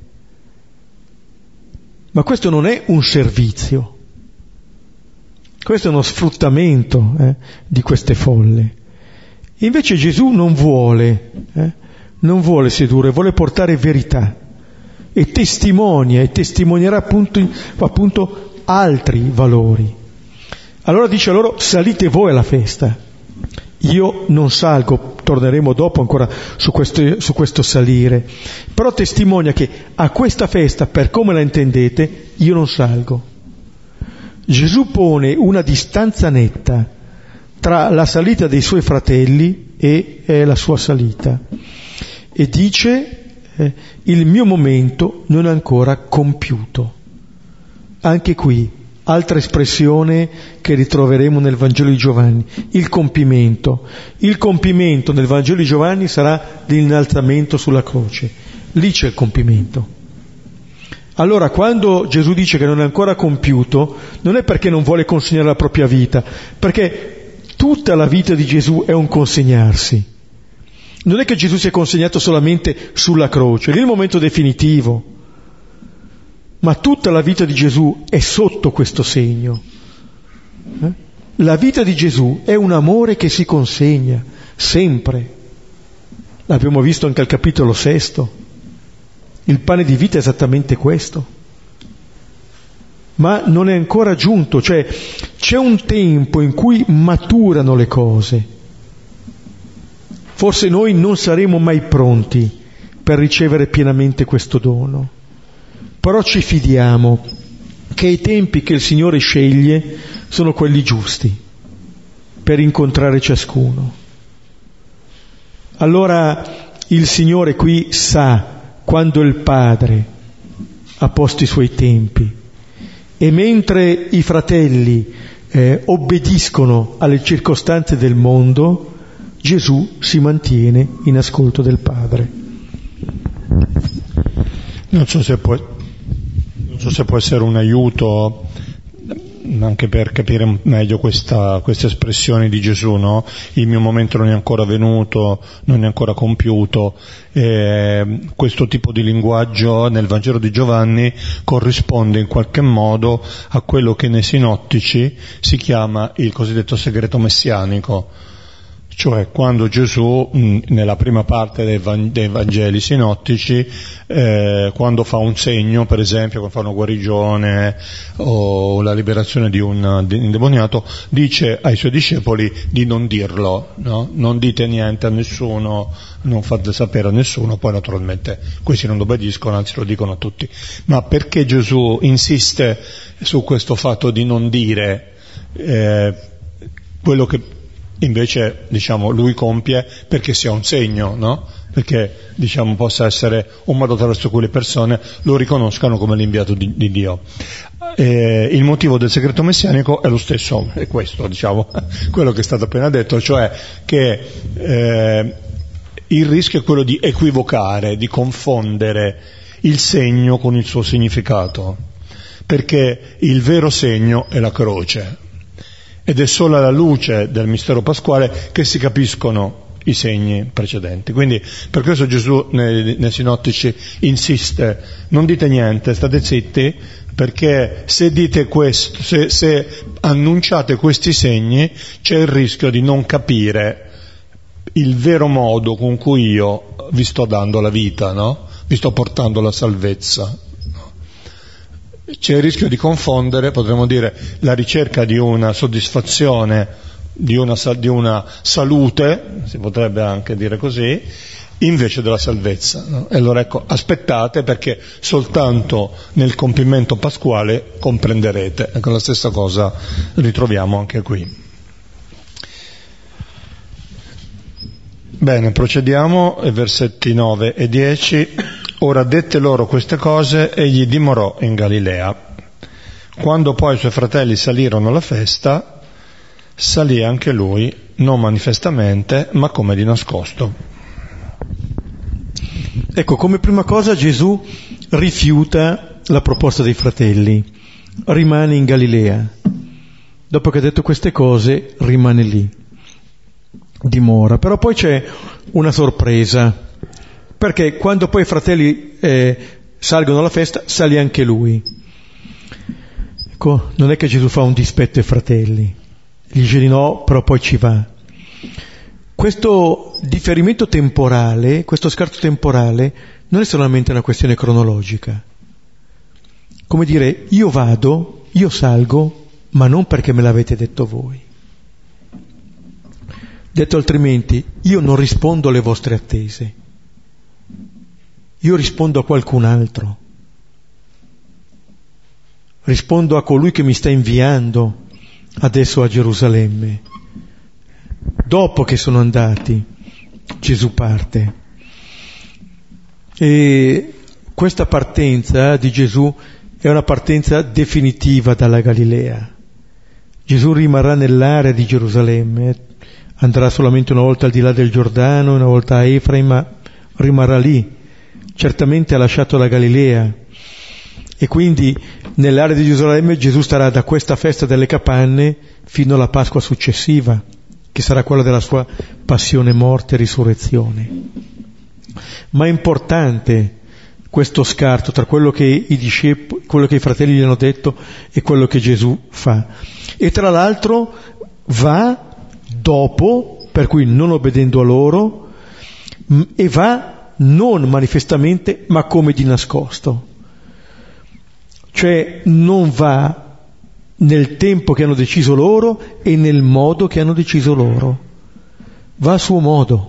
Ma questo non è un servizio. Questo è uno sfruttamento eh, di queste folle. Invece Gesù non vuole, eh, non vuole sedurre, vuole portare verità, e testimonia e testimonierà appunto, appunto altri valori. Allora dice loro: salite voi alla festa, io non salgo. Torneremo dopo ancora su questo, su questo salire, però testimonia che a questa festa, per come la intendete, io non salgo. Gesù pone una distanza netta tra la salita dei suoi fratelli e eh, la sua salita, e dice eh, il mio momento non è ancora compiuto. Anche qui altra espressione che ritroveremo nel Vangelo di Giovanni, il compimento. Il compimento nel Vangelo di Giovanni sarà l'innalzamento sulla croce. Lì c'è il compimento. Allora, quando Gesù dice che non è ancora compiuto, non è perché non vuole consegnare la propria vita, perché tutta la vita di Gesù è un consegnarsi. Non è che Gesù si è consegnato solamente sulla croce, lì è il momento definitivo, ma tutta la vita di Gesù è sotto questo segno. Eh? La vita di Gesù è un amore che si consegna, sempre. L'abbiamo visto anche al capitolo sesto. Il pane di vita è esattamente questo. Ma non è ancora giunto, cioè c'è un tempo in cui maturano le cose. Forse noi non saremo mai pronti per ricevere pienamente questo dono, però ci fidiamo che i tempi che il Signore sceglie sono quelli giusti per incontrare ciascuno. Allora il Signore qui sa quando il Padre ha posto i suoi tempi, e mentre i fratelli eh, obbediscono alle circostanze del mondo, Gesù si mantiene in ascolto del Padre. Non so se può, non so se può essere un aiuto anche per capire meglio questa, queste espressioni di Gesù, no? Il mio momento non è ancora venuto, non è ancora compiuto. Eh, questo tipo di linguaggio nel Vangelo di Giovanni corrisponde in qualche modo a quello che nei sinottici si chiama il cosiddetto segreto messianico. Cioè quando Gesù mh, nella prima parte dei, van- dei Vangeli sinottici, eh, quando fa un segno, per esempio quando fa una guarigione o la liberazione di un di indemoniato, dice ai suoi discepoli di non dirlo, no? Non dite niente a nessuno, non fate sapere a nessuno. Poi naturalmente questi non obbediscono, anzi lo dicono a tutti. Ma perché Gesù insiste su questo fatto di non dire eh, quello che invece, diciamo, lui compie perché sia un segno, no? Perché, diciamo, possa essere un modo attraverso cui le persone lo riconoscano come l'inviato di, di Dio. E il motivo del segreto messianico è lo stesso, è questo, diciamo, quello che è stato appena detto, cioè che eh, il rischio è quello di equivocare, di confondere il segno con il suo significato, perché il vero segno è la croce. Ed è solo alla luce del mistero pasquale che si capiscono i segni precedenti. Quindi per questo Gesù nei, nei sinottici insiste: non dite niente, state zitti, perché se dite questo, se, se annunciate questi segni, c'è il rischio di non capire il vero modo con cui io vi sto dando la vita, no? Vi sto portando la salvezza. C'è il rischio di confondere, potremmo dire, la ricerca di una soddisfazione, di una, di una salute, si potrebbe anche dire così, invece della salvezza, no? E allora ecco, aspettate, perché soltanto nel compimento pasquale comprenderete. Ecco, la stessa cosa ritroviamo anche qui. Bene, procediamo ai versetti nove e dieci. Ora dette loro queste cose, egli dimorò in Galilea. Quando poi i suoi fratelli salirono alla festa, salì anche lui, non manifestamente, ma come di nascosto. Ecco, come prima cosa Gesù rifiuta la proposta dei fratelli, rimane in Galilea. Dopo che ha detto queste cose, rimane lì, dimora. Però poi c'è una sorpresa, perché quando poi i fratelli eh, salgono alla festa, sale anche lui. Ecco, non è che Gesù fa un dispetto ai fratelli, gli dice di no, però poi ci va. Questo differimento temporale, questo scarto temporale, non è solamente una questione cronologica. Come dire, io vado, io salgo, ma non perché me l'avete detto voi. Detto altrimenti, io non rispondo alle vostre attese. Io rispondo a qualcun altro, rispondo a colui che mi sta inviando adesso a Gerusalemme. Dopo che sono andati, Gesù parte. E questa partenza di Gesù è una partenza definitiva dalla Galilea. Gesù rimarrà nell'area di Gerusalemme, andrà solamente una volta al di là del Giordano, una volta a Efraim, ma rimarrà lì. Certamente ha lasciato la Galilea E quindi nell'area di Gerusalemme Gesù starà da questa festa delle capanne fino alla Pasqua successiva, che sarà quella della sua passione, morte e risurrezione. Ma è importante questo scarto tra quello che i discepoli, quello che i fratelli gli hanno detto e quello che Gesù fa. E tra l'altro va dopo, per cui non obbedendo a loro, e va non manifestamente ma come di nascosto. Cioè non va nel tempo che hanno deciso loro e nel modo che hanno deciso loro, va a suo modo.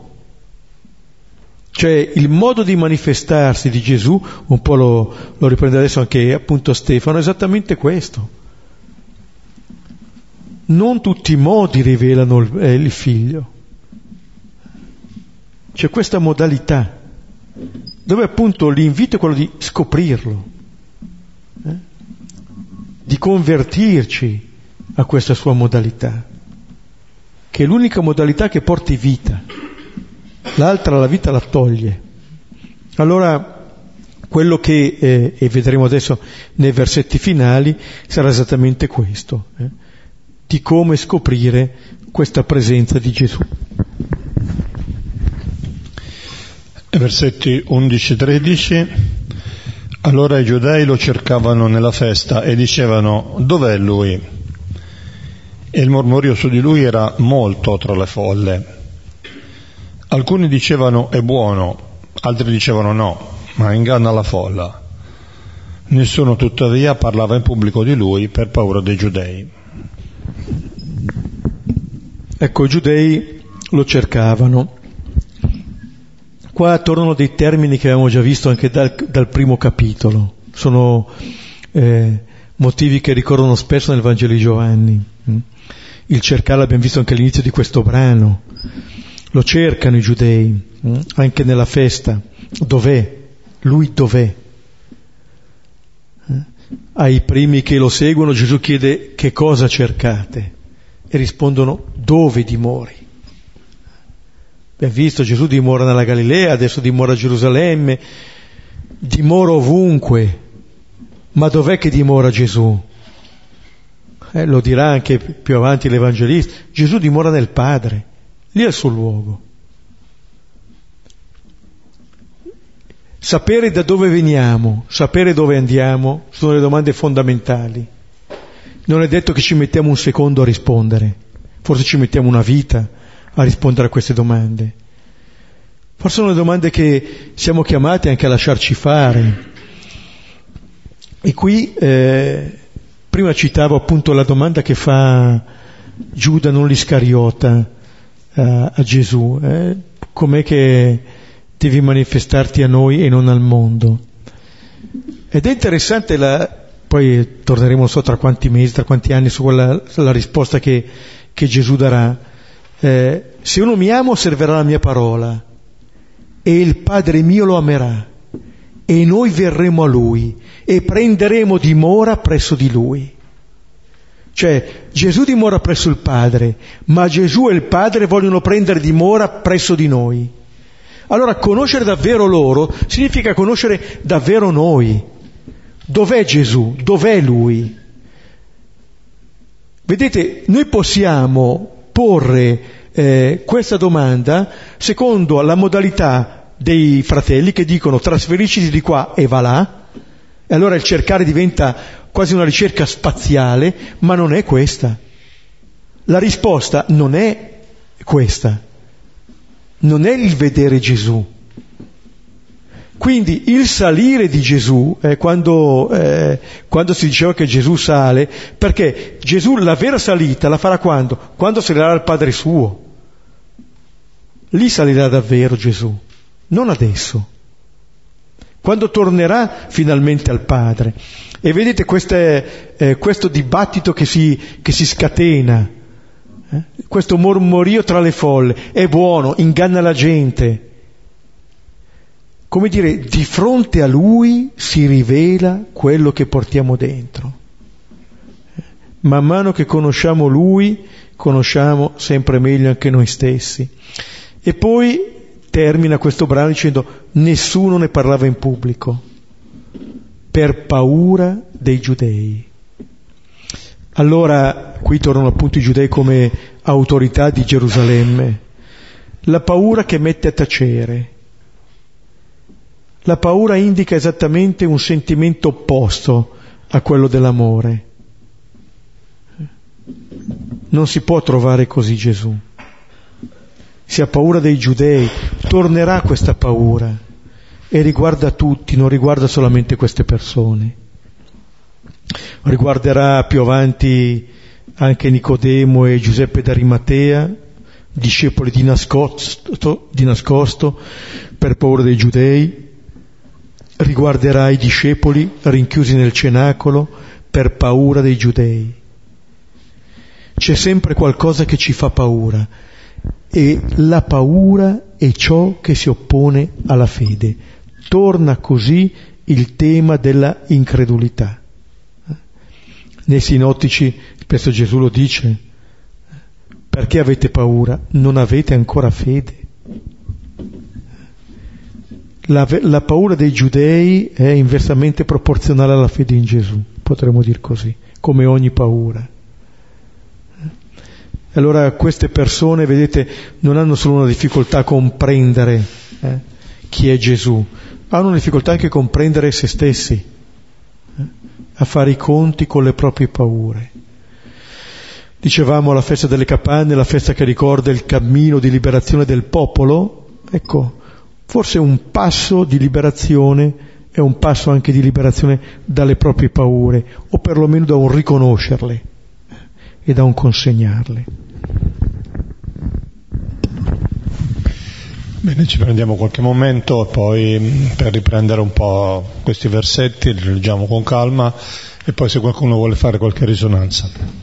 Cioè il modo di manifestarsi di Gesù, un po' lo, lo riprende adesso anche appunto Stefano, è esattamente questo. Non tutti i modi rivelano il, eh, il figlio. C'è questa modalità, dove appunto l'invito è quello di scoprirlo, eh? di convertirci a questa sua modalità, che è l'unica modalità che porti vita. L'altra la vita la toglie. Allora quello che, eh, e vedremo adesso nei versetti finali, sarà esattamente questo, eh, di come scoprire questa presenza di Gesù. Versetti undici tredici. Allora i giudei lo cercavano nella festa e dicevano: dov'è lui? E il mormorio su di lui era molto tra le folle. Alcuni dicevano: è buono, altri dicevano: no, ma inganna la folla. Nessuno tuttavia parlava in pubblico di lui per paura dei giudei. Ecco, i giudei lo cercavano. Qua tornano dei termini che avevamo già visto anche dal, dal primo capitolo. Sono eh, motivi che ricorrono spesso nel Vangelo di Giovanni. Il cercare l'abbiamo visto anche all'inizio di questo brano. Lo cercano i giudei, anche nella festa. Dov'è? Lui dov'è? Ai primi che lo seguono Gesù chiede: che cosa cercate? E rispondono: dove dimori? Abbiamo visto, Gesù dimora nella Galilea, adesso dimora a Gerusalemme, dimora ovunque. Ma dov'è che dimora Gesù? Eh, lo dirà anche più avanti l'Evangelista. Gesù dimora nel Padre, lì è il suo luogo. Sapere da dove veniamo, sapere dove andiamo, sono le domande fondamentali. Non è detto che ci mettiamo un secondo a rispondere, forse ci mettiamo una vita a rispondere a queste domande. Forse sono le domande che siamo chiamati anche a lasciarci fare. E qui eh, prima citavo appunto la domanda che fa Giuda, non l'Iscariota, eh, a Gesù: eh, com'è che devi manifestarti a noi e non al mondo? Ed è interessante la, poi torneremo non so tra quanti mesi, tra quanti anni su quella la risposta che, che Gesù darà. Eh, se uno mi ama osserverà la mia parola e il Padre mio lo amerà e noi verremo a lui e prenderemo dimora presso di lui. Cioè Gesù dimora presso il Padre, ma Gesù e il Padre vogliono prendere dimora presso di noi. Allora conoscere davvero loro significa conoscere davvero noi. Dov'è Gesù? Dov'è Lui? Vedete, noi possiamo porre eh, questa domanda secondo la modalità dei fratelli che dicono: trasferisciti di qua e va là, e allora il cercare diventa quasi una ricerca spaziale, ma non è questa. La risposta non è questa, non è il vedere Gesù. Quindi il salire di Gesù, eh, quando, eh, quando si diceva che Gesù sale, perché Gesù la vera salita la farà quando? Quando salirà al Padre suo. Lì salirà davvero Gesù, non adesso. Quando tornerà finalmente al Padre. E vedete queste, eh, questo dibattito che si, che si scatena, eh? questo mormorio tra le folle: è buono, inganna la gente. Come dire, di fronte a Lui si rivela quello che portiamo dentro. Man mano che conosciamo Lui, conosciamo sempre meglio anche noi stessi. E poi termina questo brano dicendo: nessuno ne parlava in pubblico. per paura dei giudei. Allora, qui tornano appunto i giudei come autorità di Gerusalemme. La paura che mette a tacere. La paura indica esattamente un sentimento opposto a quello dell'amore. Non si può trovare così Gesù. Si ha paura dei giudei, tornerà questa paura e riguarda tutti, non riguarda solamente queste persone. Riguarderà più avanti anche Nicodemo e Giuseppe d'Arimatea, discepoli di nascosto, di nascosto per paura dei giudei. Riguarderà i discepoli rinchiusi nel cenacolo per paura dei giudei. C'è sempre qualcosa che ci fa paura e la paura è ciò che si oppone alla fede. Torna così il tema della incredulità. Nei sinottici spesso Gesù lo dice: perché avete paura? Non avete ancora fede. La, la paura dei giudei è inversamente proporzionale alla fede in Gesù, potremmo dire così, come ogni paura. Allora queste persone, vedete, non hanno solo una difficoltà a comprendere eh, chi è Gesù, hanno una difficoltà anche a comprendere se stessi, eh, a fare i conti con le proprie paure. Dicevamo la festa delle capanne, la festa che ricorda il cammino di liberazione del popolo, ecco, forse un passo di liberazione è un passo anche di liberazione dalle proprie paure, o perlomeno da un riconoscerle e da un consegnarle. Bene, ci prendiamo qualche momento poi per riprendere un po' questi versetti, li leggiamo con calma e poi se qualcuno vuole fare qualche risonanza.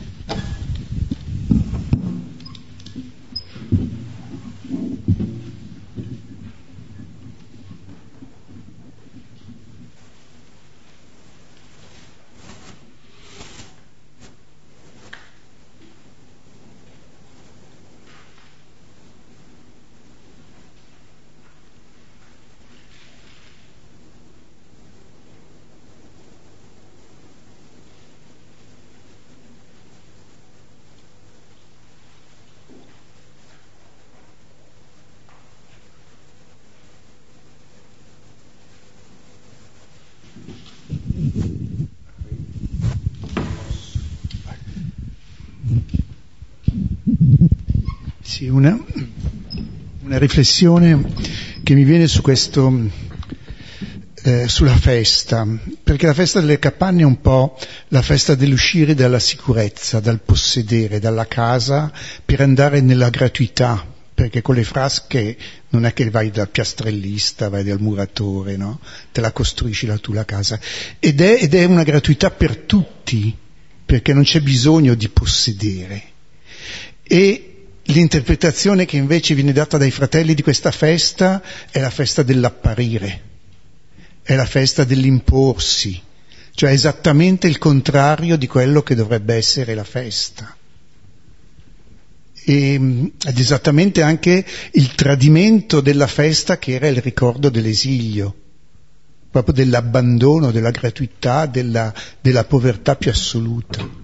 Sì, una, una riflessione che mi viene su questo, eh, sulla festa, perché la festa delle capanne è un po' la festa dell'uscire dalla sicurezza, dal possedere, dalla casa, per andare nella gratuità, perché con le frasche non è che vai dal piastrellista, vai dal muratore, no? Te la costruisci la tu la casa. Ed è, ed è una gratuità per tutti, perché non c'è bisogno di possedere. E l'interpretazione che invece viene data dai fratelli di questa festa è la festa dell'apparire, è la festa dell'imporsi, cioè esattamente il contrario di quello che dovrebbe essere la festa. E, ed esattamente anche il tradimento della festa che era il ricordo dell'esilio, proprio dell'abbandono, della gratuità, della, della povertà più assoluta.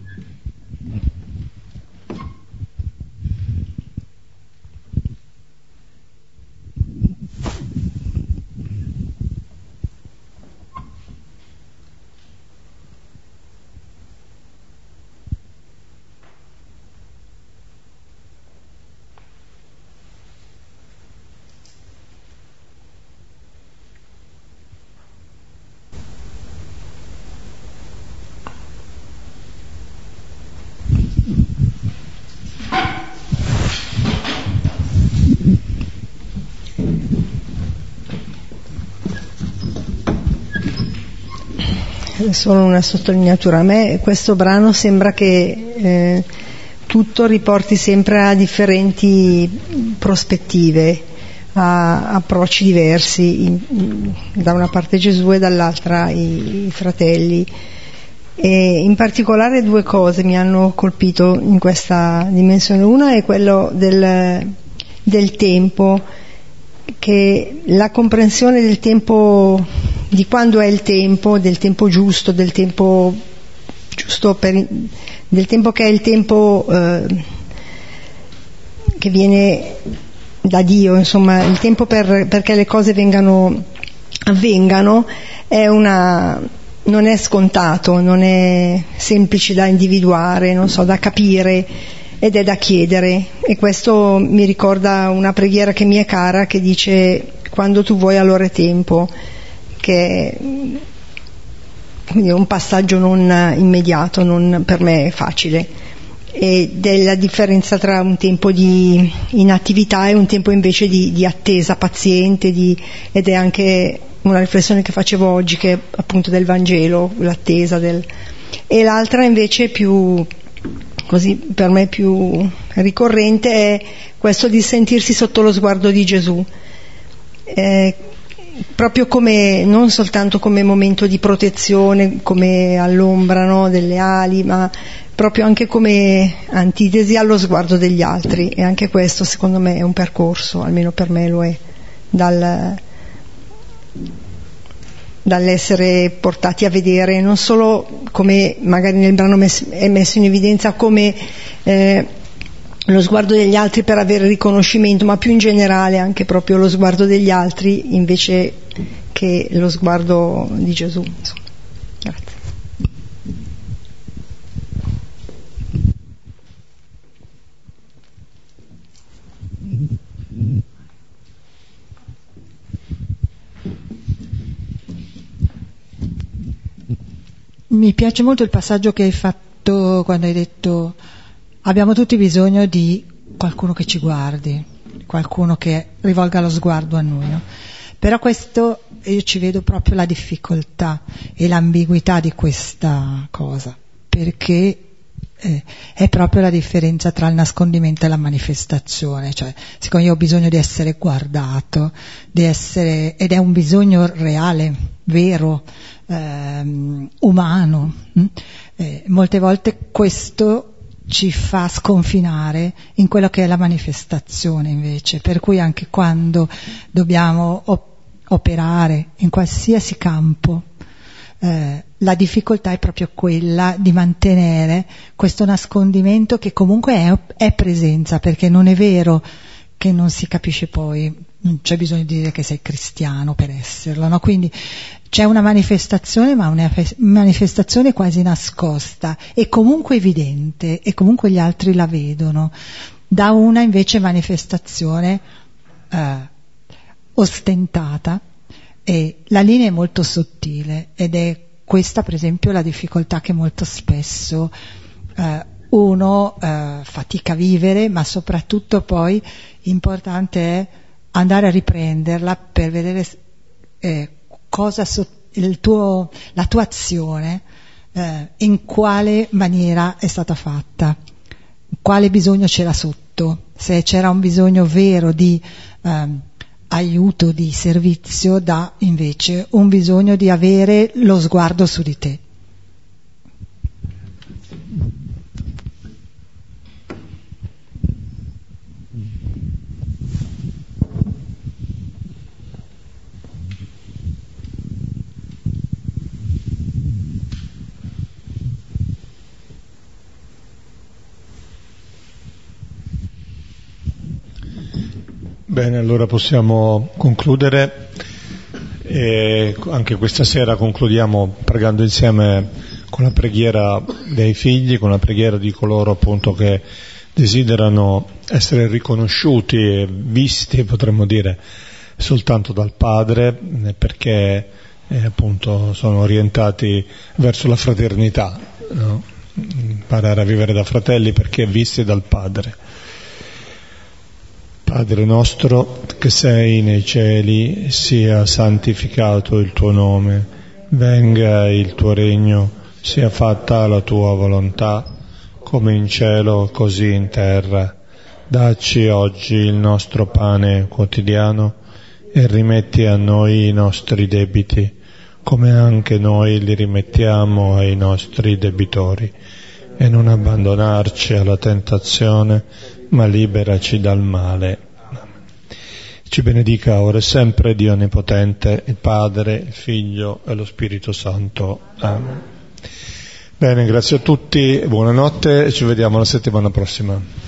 Solo una sottolineatura. A me questo brano sembra che eh, tutto riporti sempre a differenti prospettive, a approcci diversi, in, in, da una parte Gesù e dall'altra i, i fratelli. E in particolare due cose mi hanno colpito in questa dimensione. Una è quello del, del tempo, che la comprensione del tempo di quando è il tempo, del tempo giusto, del tempo giusto per, del tempo che è il tempo eh, che viene da Dio, insomma, il tempo per, perché le cose vengano, avvengano, è una, non è scontato, non è semplice da individuare, non so, da capire, ed è da chiedere. E questo mi ricorda una preghiera che mi è cara, che dice: quando tu vuoi allora è tempo, che quindi è un passaggio non immediato, non per me facile, e della differenza tra un tempo di inattività e un tempo invece di, di attesa paziente, di, ed è anche una riflessione che facevo oggi, che è appunto del Vangelo, l'attesa del, e l'altra invece più così, per me più ricorrente, è questo di sentirsi sotto lo sguardo di Gesù, eh, proprio come, non soltanto come momento di protezione, come all'ombra, no, delle ali, ma proprio anche come antitesi allo sguardo degli altri. E anche questo secondo me è un percorso, almeno per me lo è, dal, dall'essere portati a vedere non solo, come magari nel brano è messo in evidenza, come eh, lo sguardo degli altri per avere riconoscimento, ma più in generale anche proprio lo sguardo degli altri invece che lo sguardo di Gesù. Insomma. Grazie. Mi piace molto il passaggio che hai fatto quando hai detto: abbiamo tutti bisogno di qualcuno che ci guardi, qualcuno che rivolga lo sguardo a noi, no? Però questo, io ci vedo proprio la difficoltà e l'ambiguità di questa cosa, perché eh, è proprio la differenza tra il nascondimento e la manifestazione. Cioè, siccome io ho bisogno di essere guardato, di essere, ed è un bisogno reale, vero, ehm, umano, hm? eh, molte volte questo ci fa sconfinare in quello che è la manifestazione invece, per cui anche quando dobbiamo op- operare in qualsiasi campo, eh, la difficoltà è proprio quella di mantenere questo nascondimento, che comunque è, è presenza, perché non è vero che non si capisce poi, non c'è bisogno di dire che sei cristiano per esserlo, no? Quindi c'è una manifestazione, ma una manifestazione quasi nascosta e comunque evidente, e comunque gli altri la vedono, da una invece manifestazione eh, ostentata, e la linea è molto sottile, ed è questa per esempio la difficoltà che molto spesso eh, uno eh, fatica a vivere, ma soprattutto poi importante è andare a riprenderla per vedere eh, cosa so, il tuo, la tua azione eh, in quale maniera è stata fatta, quale bisogno c'era sotto, se c'era un bisogno vero di eh, aiuto, di servizio, da invece un bisogno di avere lo sguardo su di te. Bene, allora possiamo concludere, e anche questa sera concludiamo pregando insieme con la preghiera dei figli, con la preghiera di coloro appunto che desiderano essere riconosciuti e visti, potremmo dire, soltanto dal Padre, perché eh, appunto sono orientati verso la fraternità, no? Imparare a vivere da fratelli perché visti dal Padre. Padre nostro che sei nei cieli, sia santificato il tuo nome, venga il tuo regno, sia fatta la tua volontà, come in cielo così in terra. Dacci oggi il nostro pane quotidiano e rimetti a noi i nostri debiti, come anche noi li rimettiamo ai nostri debitori, e non abbandonarci alla tentazione, ma liberaci dal male. ci benedica ora e sempre Dio Onnipotente, il Padre, il Figlio e lo Spirito Santo. Amen. Bene, grazie a tutti, buonanotte e ci vediamo la settimana prossima.